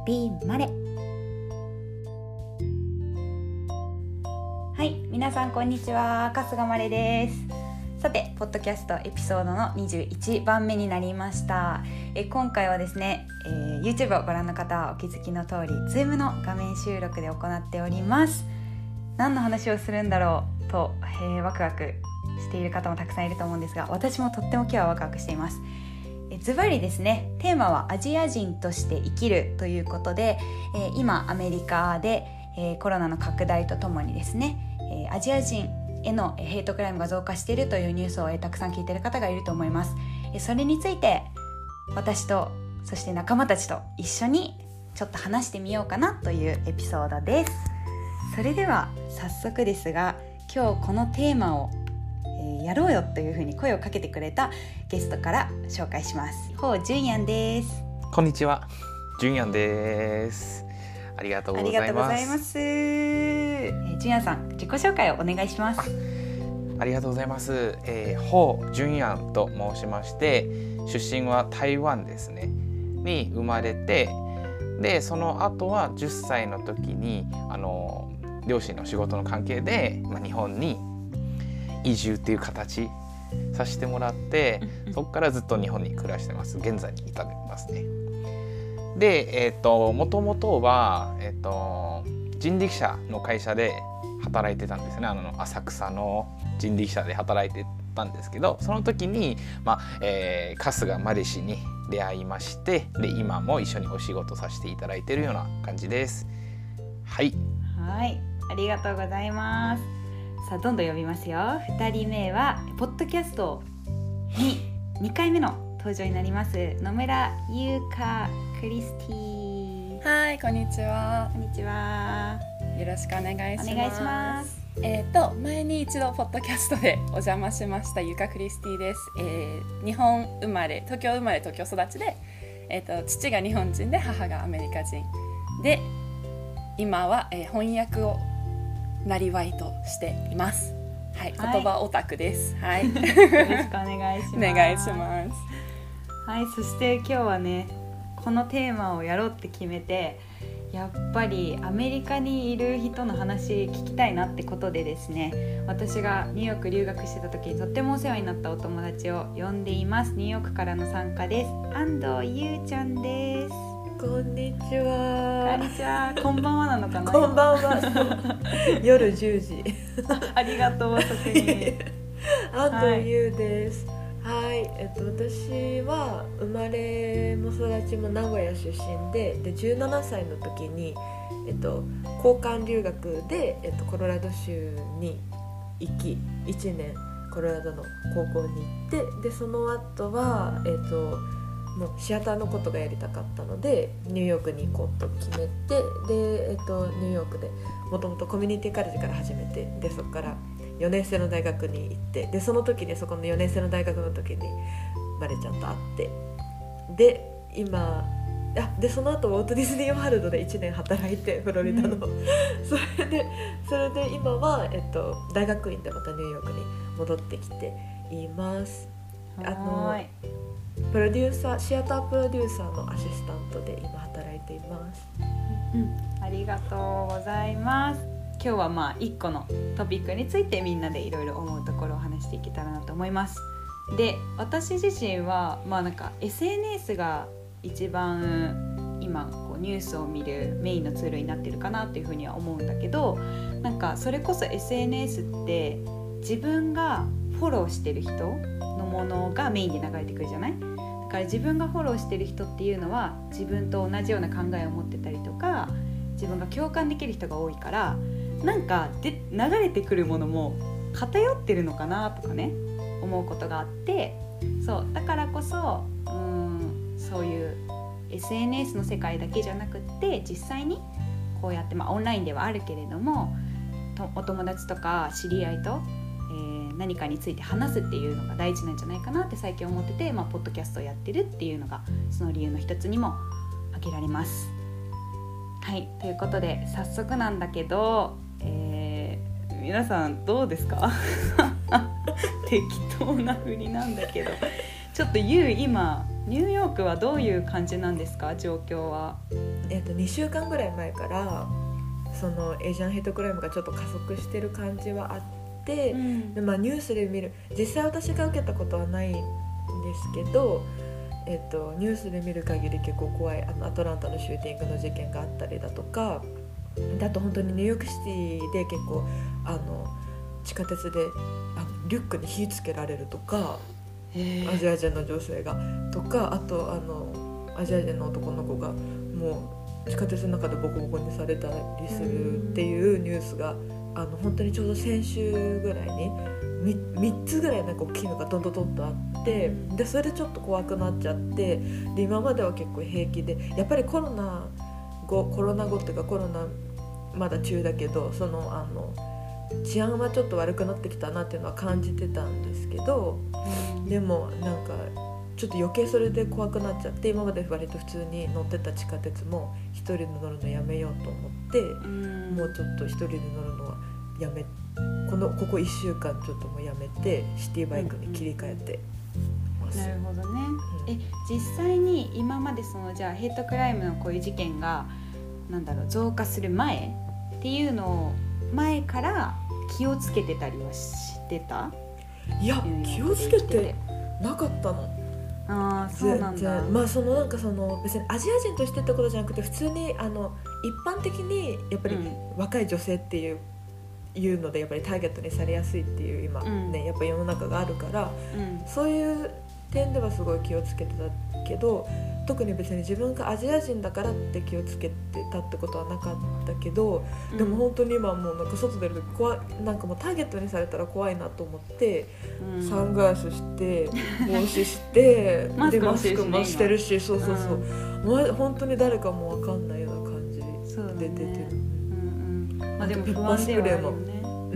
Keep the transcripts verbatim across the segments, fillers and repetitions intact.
ピーマレ。はい、皆さんこんにちは、春日まれです。さて、ポッドキャストエピソードのにじゅういちばんめになりました。え今回はですね、えー、YouTube をご覧の方はお気づきの通り Zoom の画面収録で行っております。何の話をするんだろうと、えー、ワクワクしている方もたくさんいると思うんですが、私もとっても今日はワクワクしています。ズバリですね、テーマはアジア人として生きるということで、えー、今アメリカで、えー、コロナの拡大とともにですね、えー、アジア人へのヘイトクライムが増加しているというニュースを、えー、たくさん聞いている方がいると思います。えー、それについて私とそして仲間たちと一緒にちょっと話してみようかなというエピソードです。それでは早速ですが、今日このテーマをえー、やろうよというふうに声をかけてくれたゲストから紹介します。ほうじゅんやんです。 こんにちは、じゅんやんです。ありがとうございます。 ありがとうございます。えー、じゅんやんさん、自己紹介をお願いします。 あ, ありがとうございます。えー、ほうじゅんやんと申しまして、出身は台湾ですねに生まれて、でその後はじゅっさいの時にあの両親の仕事の関係で、まあ、日本に移住っていう形させてもらって、そこからずっと日本に暮らしてます。現在に至りますね。で、えっともともとは、えっと人力車の会社で働いてたんですね。あの浅草の人力車で働いてたんですけど、その時に、まあえー、春日まれ氏に出会いまして、で今も一緒にお仕事させていただいているような感じです。はい。 はい、ありがとうございます。さあ、どんどん呼びますよ。ふたりめはポッドキャストににかいめの登場になります野村優香クリスティ。 はい、こんにちは。 こんにちは。 よろしくお願いします。 お願いします。 えーと前に一度ポッドキャストでお邪魔しました優香クリスティです。えー、日本生まれ、東京生まれ東京育ちで、えーと父が日本人で母がアメリカ人で、今は、えー、翻訳をなりわいとしています。はい、言葉オタクです。はい、よろしくお願いします。 お願いします。 はい、そして今日はね、このテーマをやろうって決めて、やっぱりアメリカにいる人の話聞きたいなってことでですね、私がニューヨーク留学してた時にとってもお世話になったお友達を呼んでいます。ニューヨークからの参加です。安藤優ちゃんです。 こんにちは。 こんにちは。こんばんはなのかな。 こんばんは。夜じゅうじ。 ありがとう、遅くに。 安藤優です。はい、えっと私は生まれも育ちも名古屋出身で、でじゅうななさいの時にえっと交換留学でえっとコロラド州に行き、いちねんコロラドの高校に行って、でその後はえっともうシアターのことがやりたかったのでニューヨークに行こうと決めて、で、えっと、ニューヨークでもともとコミュニティカレッジから始めて、でそこからよねん生の大学に行って、でその時にそこのよねん生の大学の時にマレちゃんと会って、で今あでその後ウォルト・ディズニー・ワールドでいちねん働いて、フロリダの、うん、それでそれで今は、えっと、大学院でまたニューヨークに戻ってきています。あのプロデューサーシアタープロデューサーのアシスタントで今働いています。 うん、ありがとうございます。今日はまあいっこのトピックについてみんなでいろいろ思うところを話していけたらなと思います。で、私自身はまあなんか エスエヌエス が一番今こうニュースを見るメインのツールになってるかなというふうには思うんだけど、なんかそれこそ エスエヌエス って自分がフォローしてる人のものがメインで流れてくるじゃない。だから自分がフォローしてる人っていうのは自分と同じような考えを持ってたりとか、自分が共感できる人が多いから、なんかで流れてくるものも偏ってるのかなとかね、思うことがあって、そうだからこそ、うーんそういう エスエヌエス の世界だけじゃなくって、実際にこうやって、まあ、オンラインではあるけれどもとお友達とか知り合いと、えー、何かについて話すっていうのが大事なんじゃないかなって最近思ってて、まあ、ポッドキャストをやってるっていうのがその理由の一つにも挙げられます。はい、ということで早速なんだけど、えー、皆さんどうですか適当な振りなんだけど、ちょっとゆう今ニューヨークはどういう感じなんですか、状況は。 えっと、にしゅうかんぐらい前からそのエイジアンヘイトクライムがちょっと加速してる感じはあって、うん、でまあ、ニュースで見る、実際私が受けたことはないんですけど、えっと、ニュースで見る限り結構怖い、あのアトランタのシューティングの事件があったりだとか、であと本当にニューヨークシティで結構あの地下鉄であのリュックに火つけられるとか、アジア人の女性がとか、あとあのアジア人の男の子がもう地下鉄の中でボコボコにされたりするっていうニュースがあの本当にちょうど先週ぐらいに 3, みっつぐらいなんか大きいのがどんどんどんとあって、でそれでちょっと怖くなっちゃって、で今までは結構平気で、やっぱりコロナ後コロナ後っていうかコロナまだ中だけど、そのあの治安はちょっと悪くなってきたなっていうのは感じてたんですけど、でもなんかちょっと余計それで怖くなっちゃって、今まで割と普通に乗ってた地下鉄も一人で乗るのやめようと思って、もうちょっと一人で乗るのはやめ、このここいっしゅうかんちょっともうやめてシティバイクに切り替えてます。 なるほどね、うん、え実際に今までそのじゃあヘイトクライムのこういう事件がなんだろう増加する前っていうのを前から気をつけてたりはしてた？ いや気をつけてなかったの。 ああそうなんだ。 まあそのなんかその別にアジア人としてってことじゃなくて、普通にあの一般的にやっぱり若い女性っていう、うん、いうのでやっぱりターゲットにされやすいっていう今ね、うん、やっぱり世の中があるから、うん、そういう点ではすごい気をつけてたけど、特に別に自分がアジア人だからって気をつけてたってことはなかったけど、うん、でも本当に今もうなんか外出ると怖い、なんかもうターゲットにされたら怖いなと思って、うん、サングラスして帽子してマスクでマスクもしてるし、そうそうそう、うん、もう本当に誰かも分かんないような感じで出てる。 まあでも不安ではあるよね。 うん、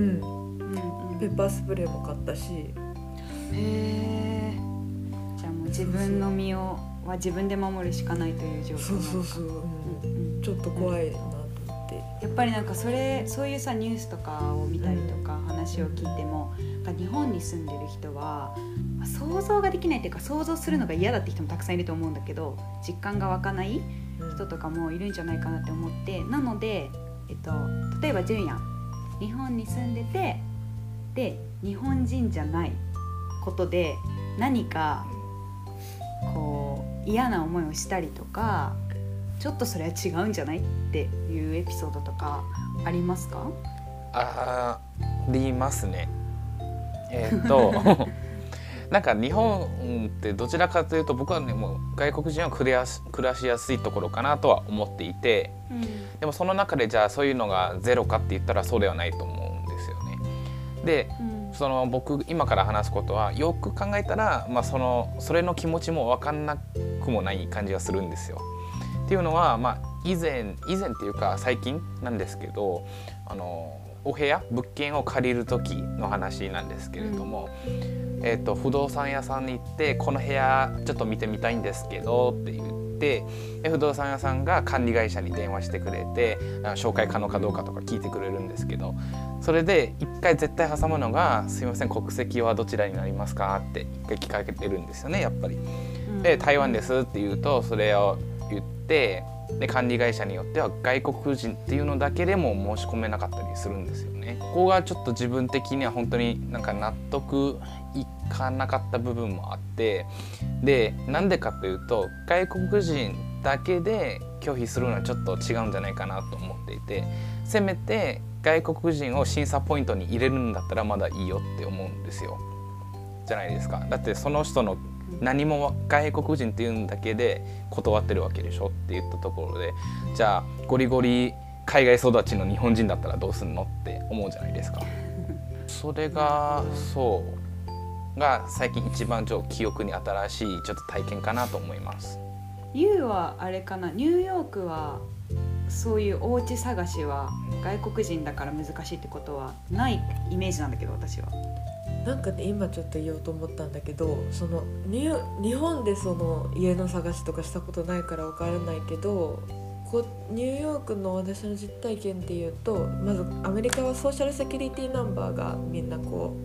うん、ペッパースプレーも買ったし。 へえ。じゃあもう自分の身をは自分で守るしかないという状況。 そうそうそう、うんうん、ちょっと怖いなと思って。 やっぱりなんかそれそういうさニュースとかを見たりとか、うん、話を聞いても、日本に住んでる人は想像ができないっていうか、想像するのが嫌だって人もたくさんいると思うんだけど、実感が湧かない人とかもいるんじゃないかなって思って、なので、えっと、例えば純也日本に住んでて、で日本人じゃないことで何かこう嫌な思いをしたりとか、ちょっとそれは違うんじゃないっていうエピソードとかありますか？ ありますね。えー、っとなんか日本ってどちらかというと、僕はねもう外国人は暮らし、暮らしやすいところかなとは思っていて、うん、でもその中でじゃあそういうのがゼロかって言ったらそうではないと思うんですよね。で、うんその僕今から話すことはよく考えたら、まあ、そのそれの気持ちも分かんなくもない感じがするんですよ。っていうのは、まあ、以前以前っていうか最近なんですけど、あのお部屋物件を借りる時の話なんですけれども、うんえー、と不動産屋さんに行ってこの部屋ちょっと見てみたいんですけどって言って不動産屋さんが管理会社に電話してくれて紹介可能かどうかとか聞いてくれるんですけど、それで一回絶対挟むのがすいません国籍はどちらになりますかって一回聞かれてるんですよねやっぱり。で台湾ですって言うとそれを言ってで管理会社によっては外国人っていうのだけでも申し込めなかったりするんですよね。ここがちょっと自分的には本当になんか納得いかなかった部分もあって、でなんでかというと外国人だけで拒否するのはちょっと違うんじゃないかなと思っていて、せめて外国人を審査ポイントに入れるんだったらまだいいよって思うんですよ。じゃないですか。だってその人の何も外国人っていうんだけで断ってるわけでしょって言ったところで、じゃあゴリゴリ海外育ちの日本人だったらどうすんのって思うじゃないですか。それがそうが最近一番ちょっと記憶に新しいちょっと体験かなと思います。 ユウはあれかな、ニューヨークはそういうお家探しは外国人だから難しいってことはないイメージなんだけど、私はなんかね今ちょっと言おうと思ったんだけど、そのニュ日本でその家の探しとかしたことないから分からないけど、こニューヨークの私の実体験で言うと、まずアメリカはソーシャルセキュリティナンバーがみんなこうあ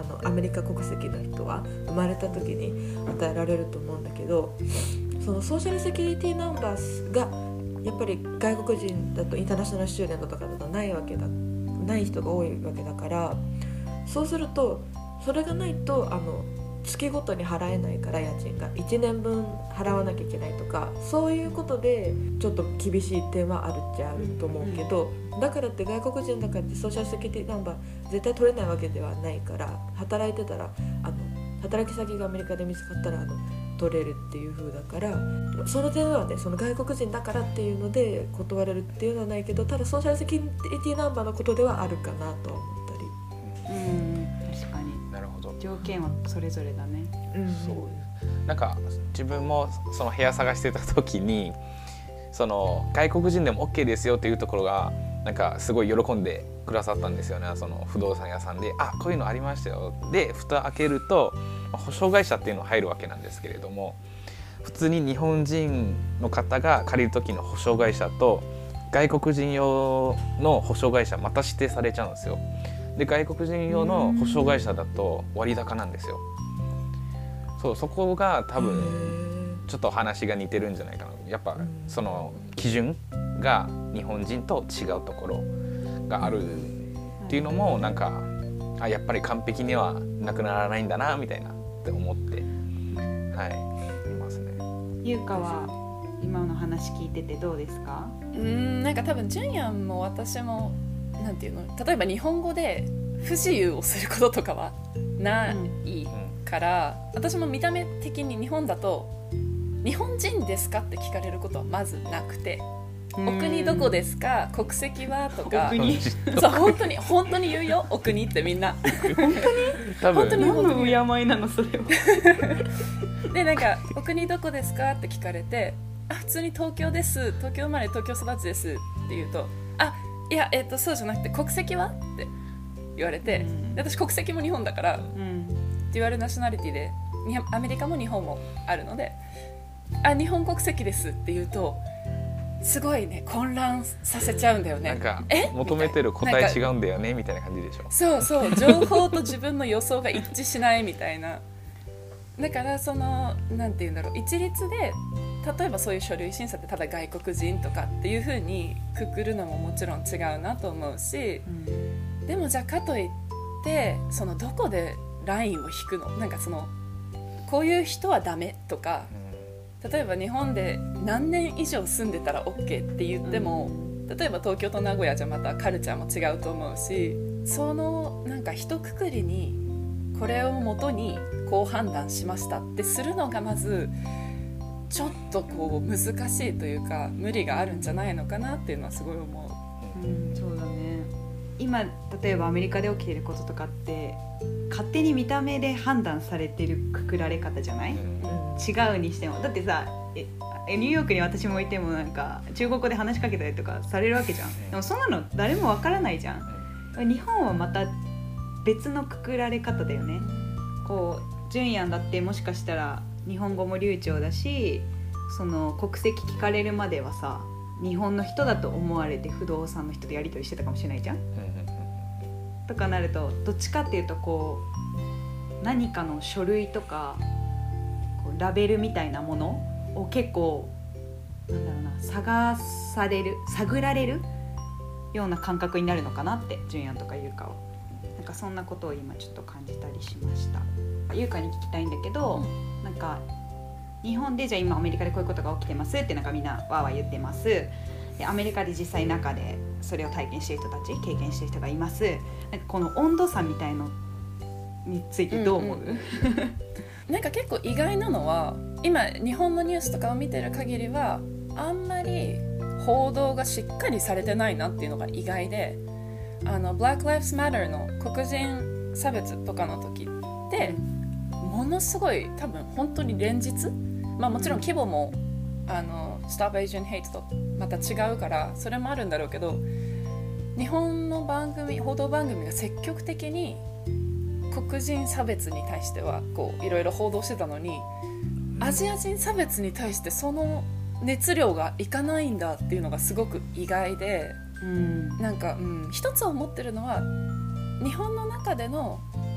のアメリカ国籍の人は生まれた時に与えられると思うんだけど、そのソーシャルセキュリティナンバーがやっぱり外国人だとインターナショナルスチューデントとかだとないわけだない人が多いわけだから、そうするとそれがないとあの月ごとに払えないから家賃がいちねんぶん払わなきゃいけないとか、そういうことでちょっと厳しい点はあるっちゃあると思うけど、だからって外国人だからってソーシャルセキュリティナンバー絶対取れないわけではないから、働いてたらあの働き先がアメリカで見つかったらあの取れるっていう風だから、その点はねその外国人だからっていうので断れるっていうのはないけど、ただソーシャルセキュリティナンバーのことではあるかなと思ったり。 うん確かになるほど。 条件はそれぞれだね。 うん、 そうなんか自分もその部屋探してた時にその外国人でも OK ですよっていうところがなんかすごい喜んでくださったんですよね。その不動産屋さんであこういうのありましたよで蓋開けると保証会社っていうのが入るわけなんですけれども、普通に日本人の方が借りる時の保証会社と外国人用の保証会社また指定されちゃうんですよ。で外国人用の保証会社だと割高なんですよ。そうそこが多分ちょっと話が似てるんじゃないかな。やっぱその基準が日本人と違うところがあるっていうのもなんかあやっぱり完璧にはなくならないんだなみたいなって思ってはいいますね。 ゆうかは今の話聞いててどうですか？ うーんなんか多分ジュンヤンも私もなんていうの、例えば日本語で不自由をすることとかはないから、うん、私も見た目的に日本だと日本人ですかって聞かれることはまずなくて、お国どこですか、国籍はとか、 お国そう本当に本当に言うよ、お国ってみんな本当に多分本当に何の敬いなのそれはでなんかお国どこですかって聞かれて、あ普通に東京です、東京生まれ東京育ちですって言うと、あいや、えー、とそうじゃなくて国籍はって言われて、 うんで私国籍も日本だから、 うんデュアルナショナリティでアメリカも日本もあるので、あ日本国籍ですって言うとすごいね混乱させちゃうんだよね。 なんかえ求めてる答え違うんだよねみたいな感じでしょ。 そうそう情報と自分の予想が一致しないみたいな。だからそのなんて言うんだろう、一律で例えばそういう書類審査ってただ外国人とかっていう風にくくるのももちろん違うなと思うし、 うん、 でもじゃあかといってそのどこでラインを引くの、なんかそのこういう人はダメとか、例えば日本で何年以上住んでたら OK って言っても、例えば東京と名古屋じゃまたカルチャーも違うと思うし、そのなんか一括りにこれをもとにこう判断しましたってするのがまずちょっとこう難しいというか無理があるんじゃないのかなっていうのはすごい思うん、そうだね。今例えばアメリカで起きてることとかって勝手に見た目で判断されてるくくられ方じゃない？ うん違うにしてもだってさえニューヨークに私もいてもなんか中国語で話しかけたりとかされるわけじゃん。でもそんなの誰もわからないじゃん。日本はまた別のくくられ方だよね。こうジュンヤンだってもしかしたら日本語も流暢だし、その国籍聞かれるまではさ日本の人だと思われて不動産の人とやり取りしてたかもしれないじゃん。とかなるとどっちかっていうとこう何かの書類とかこうラベルみたいなものを結構なんだろうな探される探られるような感覚になるのかなってジュンヤンとかユウカはなんかそんなことを今ちょっと感じたりしました。ユウカに聞きたいんだけど、うん、なんか日本でじゃあ今アメリカでこういうことが起きてますってなんかみんなわーわー言ってます。でアメリカで実際中でそれを体験している人たち経験している人がいます。なんかこの温度差みたいのについてどう思う？うんうんなんか結構意外なのは今日本のニュースとかを見てる限りはあんまり報道がしっかりされてないなっていうのが意外で、あの Black Lives Matter の黒人差別とかの時ってものすごい多分本当に連日、まあもちろん規模もあの Stop Asian Hate とまた違うからそれもあるんだろうけど、日本の番組報道番組が積極的に黒人差別に対してはこういろいろ報道してたのに、アジア人差別に対してその熱量がいかないんだっていうのがすごく意外で、 うん、 なんか、うん、一つ思ってるのは日本の中での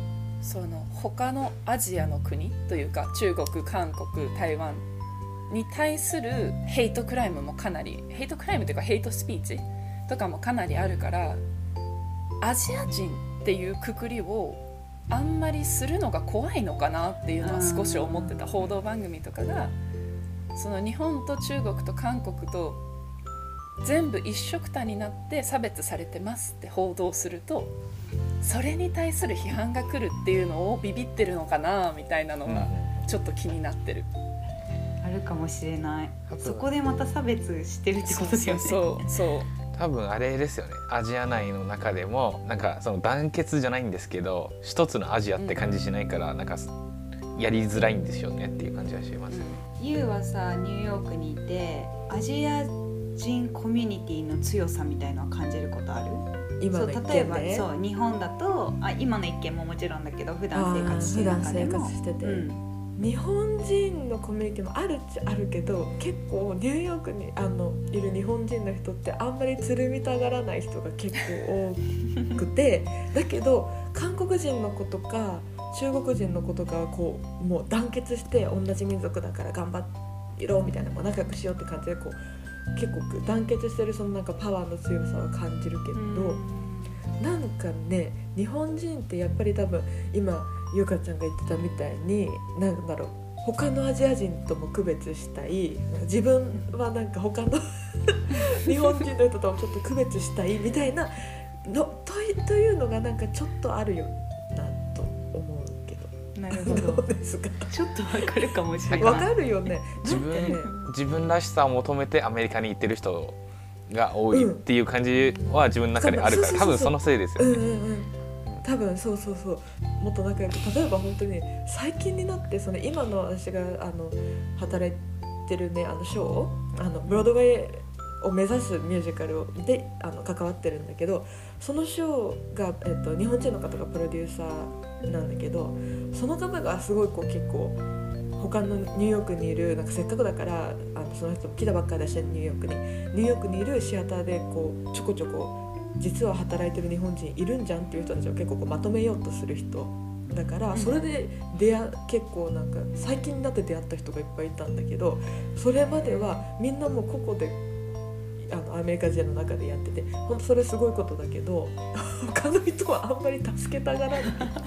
その他のアジアの国というか中国、韓国、台湾に対するヘイトクライムもかなりヘイトクライムというかヘイトスピーチとかもかなりあるから、アジア人っていうくくりをあんまりするのが怖いのかなっていうのは少し思ってた。報道番組とかがその日本と中国と韓国と全部一緒くたになって差別されてますって報道すると、それに対する批判が来るっていうのをビビってるのかなみたいなのがちょっと気になってる。 あるかもしれない。そこでまた差別してるってことだよね。 そうそうそう多分あれですよね、アジア内の中でもなんかその団結じゃないんですけど一つのアジアって感じしないから、なんかやりづらいんですよねっていう感じはします、 うん、 ユウはさニューヨークにいてアジア人コミュニティの強さみたいのは感じることある？ 今の一そう例えば件ね。 そう日本だとあ今の一件ももちろんだけど普段生活してる中でも普段生活してて、 うん、 日本人のコミュニティもあるっちゃあるけど、結構ニューヨークにあのいる日本人の人ってあんまりつるみたがらない人が結構多くてだけど韓国人の子とか中国人の子とかはこうもう団結して同じ民族だから頑張ろうみたいな、もう仲良くしようって感じでこう結構団結してるそのなんかパワーの強さを感じるけど、なんかね日本人ってやっぱり多分今ゆうかちゃんが言ってたみたいになんだろう他のアジア人とも区別したい、自分はなんか他の日本人の人ともちょっと区別したいみたいなの と, というのがなんかちょっとあるよなと思うけど。 なるほどどうですか？ ちょっとわかるかもしれない。 わかるよね。 自分、 なんかね自分らしさを求めてアメリカに行ってる人が多いっていう感じは自分の中であるから、 うん、 多分そのせいですよね、 うんうんうん、多分そうそうそう、もっと仲良く、例えば本当に最近になってその今の私があの働いてるねあのショー、あのブロードウェイを目指すミュージカルであの関わってるんだけど、そのショーが、えっと、日本人の方がプロデューサーなんだけど、その方がすごいこう結構他のニューヨークにいるなんかせっかくだからあのその人も来たばっかりだしニューヨークにニューヨークにいるシアターでこうちょこちょこ実は働いてる日本人いるんじゃんっていう人たちを結構こうまとめようとする人だから、それで出会結構なんか最近になって出会った人がいっぱいいたんだけど、それまではみんなもう個々であのアメリカ人の中でやってて、本当それすごいことだけど他の人はあんまり助けたがらない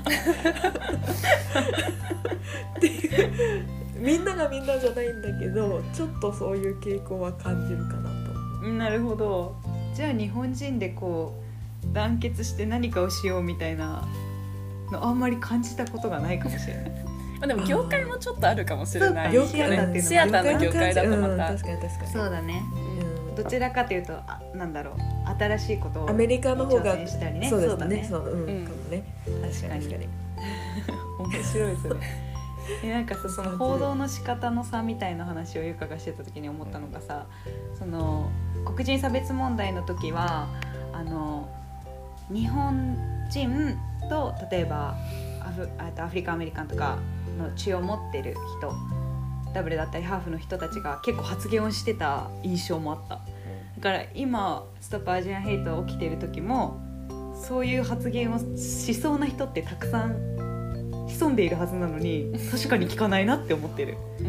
っていうみんながみんなじゃないんだけどちょっとそういう傾向は感じるかなと。 なるほど。じゃあ日本人でこう団結して何かをしようみたいなのあんまり感じたことがないかもしれないまあでも業界もちょっとあるかもしれない。 業界っていうのもシアターの業界だとまた、 うん、確かに確かにそうだね、うん、どちらかというとあなんだろう新しいことをアメリカの方が挑戦したりね。 そうですね、 そうだねそう、うんうんかもね、 確かに確かに面白いそれえなんかさその報道の仕方の差みたいな話をゆかがしてた時に思ったのがさ、その黒人差別問題の時はあの日本人と例えばアフ、アフリカンアメリカンとかの血を持ってる人、ダブルだったりハーフの人たちが結構発言をしてた印象もあった。だから今ストップアジアンヘイト起きてる時もそういう発言をしそうな人ってたくさん潜んでいるはずなのに確かに聞かないなって思ってる。 うん、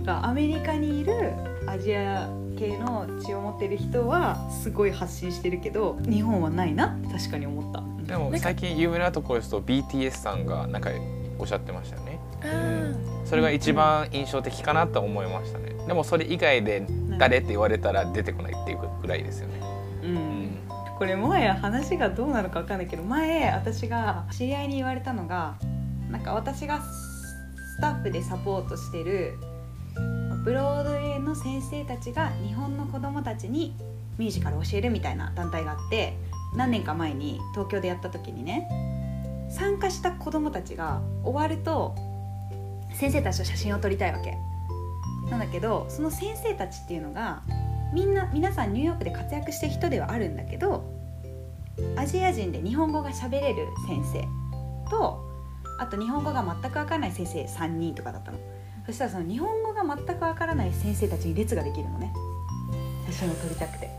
だからアメリカにいるアジア系の血を持ってる人はすごい発信してるけど日本はないなって確かに思った。 でも最近有名なところですと ビーティーエス さんがなんかおっしゃってましたよね。 あそれが一番印象的かなと思いましたね。でもそれ以外で誰って言われたら出てこないっていうぐらいですよね。 うん、これもはや話がどうなのか分かんないけど、前私が知り合いに言われたのが、なんか私がスタッフでサポートしてるブロードウェイの先生たちが日本の子どもたちにミュージカルを教えるみたいな団体があって、何年か前に東京でやった時にね、参加した子どもたちが終わると先生たちと写真を撮りたいわけなんだけど、その先生たちっていうのがみんな皆さんニューヨークで活躍してる人ではあるんだけど、アジア人で日本語が喋れる先生と、あと日本語が全くわからない先生さんにんとかだったの。そしたらその日本語が全くわからない先生たちに列ができるのね、写真を撮りたくて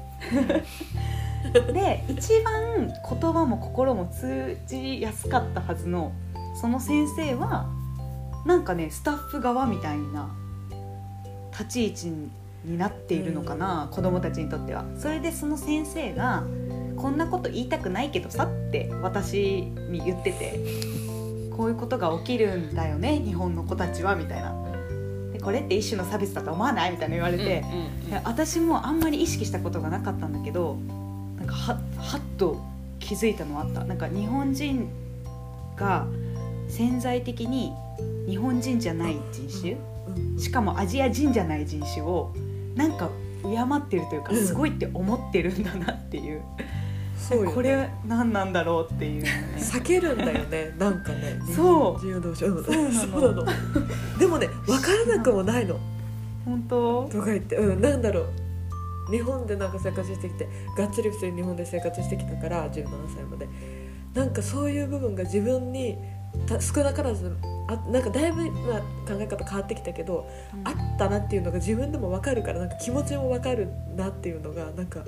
で一番言葉も心も通じやすかったはずのその先生はなんかねスタッフ側みたいな立ち位置になっているのかな、子供たちにとっては。それでその先生がこんなこと言いたくないけどさって私に言ってて、こういうことが起きるんだよね日本の子たちはみたいな、でこれって一種の差別だと思わないみたいな言われて、 うんうんうん、 で私もあんまり意識したことがなかったんだけど、なんか は, はっと気づいたのあった。なんか日本人が潜在的に日本人じゃない人種、しかもアジア人じゃない人種をなんか敬ってるというか、すごいって思ってるんだなっていう、 そうよね、 これ何なんだろうっていうのね避けるんだよね、なんかね、 そう日本人同士、うん、 そうなのそうなのでもね分からなくもないの本当とか言って、うん、なんだろう、日本でなんか生活してきて、がっつり普通に日本で生活してきたからじゅうななさいまで、なんかそういう部分が自分にた少なからずあ、なんかだいぶ、まあ、考え方変わってきたけど、うん、あったなっていうのが自分でも分かるから、なんか気持ちも分かるなっていうのがなんか、うん、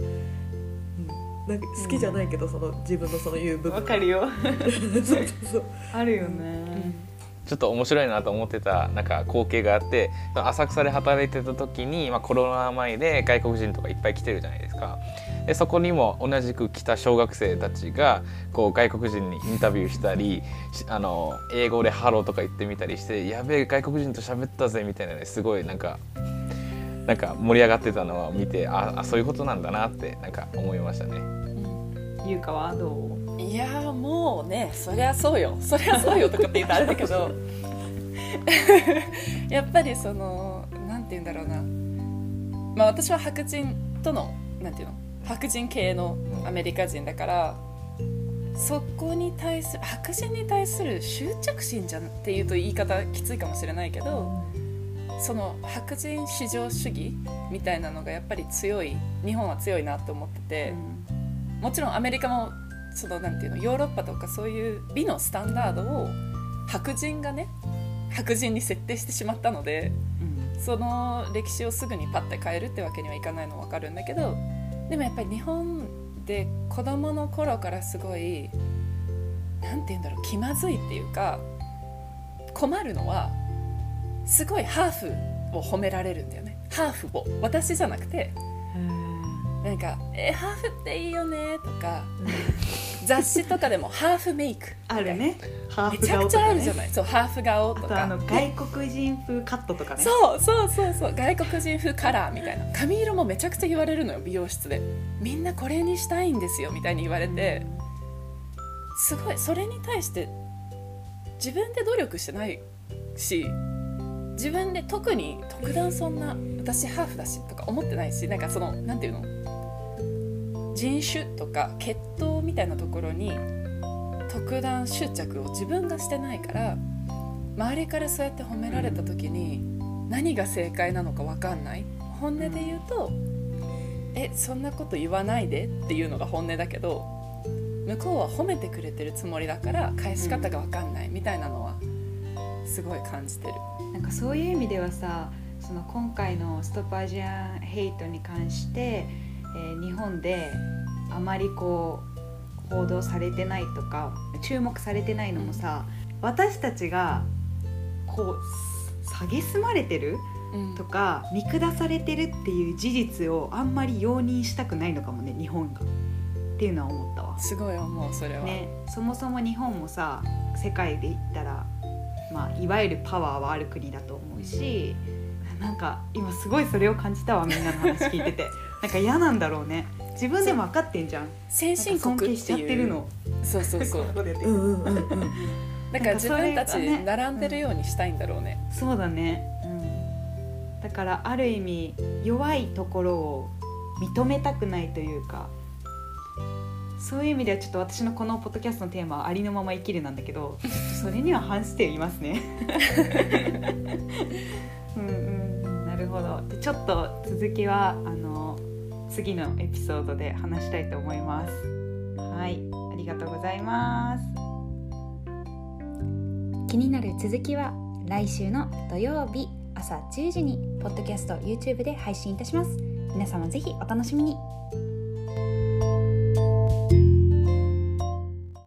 なんか好きじゃないけど、うん、その自分のその言う部分分かるよそうそうそうあるよね、 うんちょっと面白いなと思ってたなんか光景があって、浅草で働いてた時に、まあ、コロナ前で外国人とかいっぱい来てるじゃないですか。でそこにも同じく来た小学生たちがこう外国人にインタビューしたり、あの英語でハローとか言ってみたりして、やべえ外国人と喋ったぜみたいなね、すごいなんかなんか盛り上がってたのを見て、ああそういうことなんだなってなんか思いましたね。 ゆうかはどう？ いやもうね、そりゃそうよそりゃそうよとかって言うとあれだけどやっぱりそのなんて言うんだろうな、まあ私は白人とのなんていうの白人系のアメリカ人だから、そこに対する白人に対する執着心じゃんっていうと言い方きついかもしれないけど、その白人至上主義みたいなのがやっぱり強い、日本は強いなと思ってて、うん、もちろんアメリカもそのなんていうのヨーロッパとかそういう美のスタンダードを白人がね白人に設定してしまったので、うん、その歴史をすぐにパッて変えるってわけにはいかないのは分かるんだけど、でもやっぱり日本で子供の頃からすごいなんていうんだろう、気まずいっていうか困るのは、すごいハーフを褒められるんだよね。ハーフを私じゃなくて、なんかえハーフっていいよねとか雑誌とかでもハーフメイクあるね、ハーフ顔とかね、めちゃくちゃあるじゃない。そうハーフ顔とか、 あとあの外国人風カットとかね、 そうそうそうそう、外国人風カラーみたいな、髪色もめちゃくちゃ言われるのよ、美容室で。みんなこれにしたいんですよみたいに言われて、すごいそれに対して自分で努力してないし、自分で特に特段そんな私ハーフだしとか思ってないし、なんかそのなんていうの人種とか血統みたいなところに特段執着を自分がしてないから、周りからそうやって褒められた時に何が正解なのか分かんない。本音で言うとえそんなこと言わないでっていうのが本音だけど、向こうは褒めてくれてるつもりだから返し方が分かんないみたいなのはすごい感じてる。 なんかそういう意味ではさ、その今回のストップアジアンヘイトに関して、えー、日本であまりこう報道されてないとか注目されてないのもさ、私たちがこう蔑まれてるとか、うん、見下されてるっていう事実をあんまり容認したくないのかもね、日本がっていうのは思ったわ。 すごい思うそれは、 ね、そもそも日本もさ世界で言ったら、まあ、いわゆるパワーはある国だと思うし、なんか今すごいそれを感じたわ、みんなの話聞いててなんか嫌なんだろうね、自分でも分かってんじゃん、 先進国っていう尊敬しちゃってるの。 そうそうそううんうんうんうんだから自分たち並んでるようにしたいんだろうね、 うん、そうだね、うん、だからある意味弱いところを認めたくないというか、そういう意味ではちょっと私のこのポッドキャストのテーマはありのまま生きるなんだけど、それには反していますねうんうんなるほど。でちょっと続きはあの次のエピソードで話したいと思います。はい、ありがとうございます。 気になる続きは来週の土曜日朝じゅうじにポッドキャスト YouTube で配信いたします。皆様ぜひお楽しみに。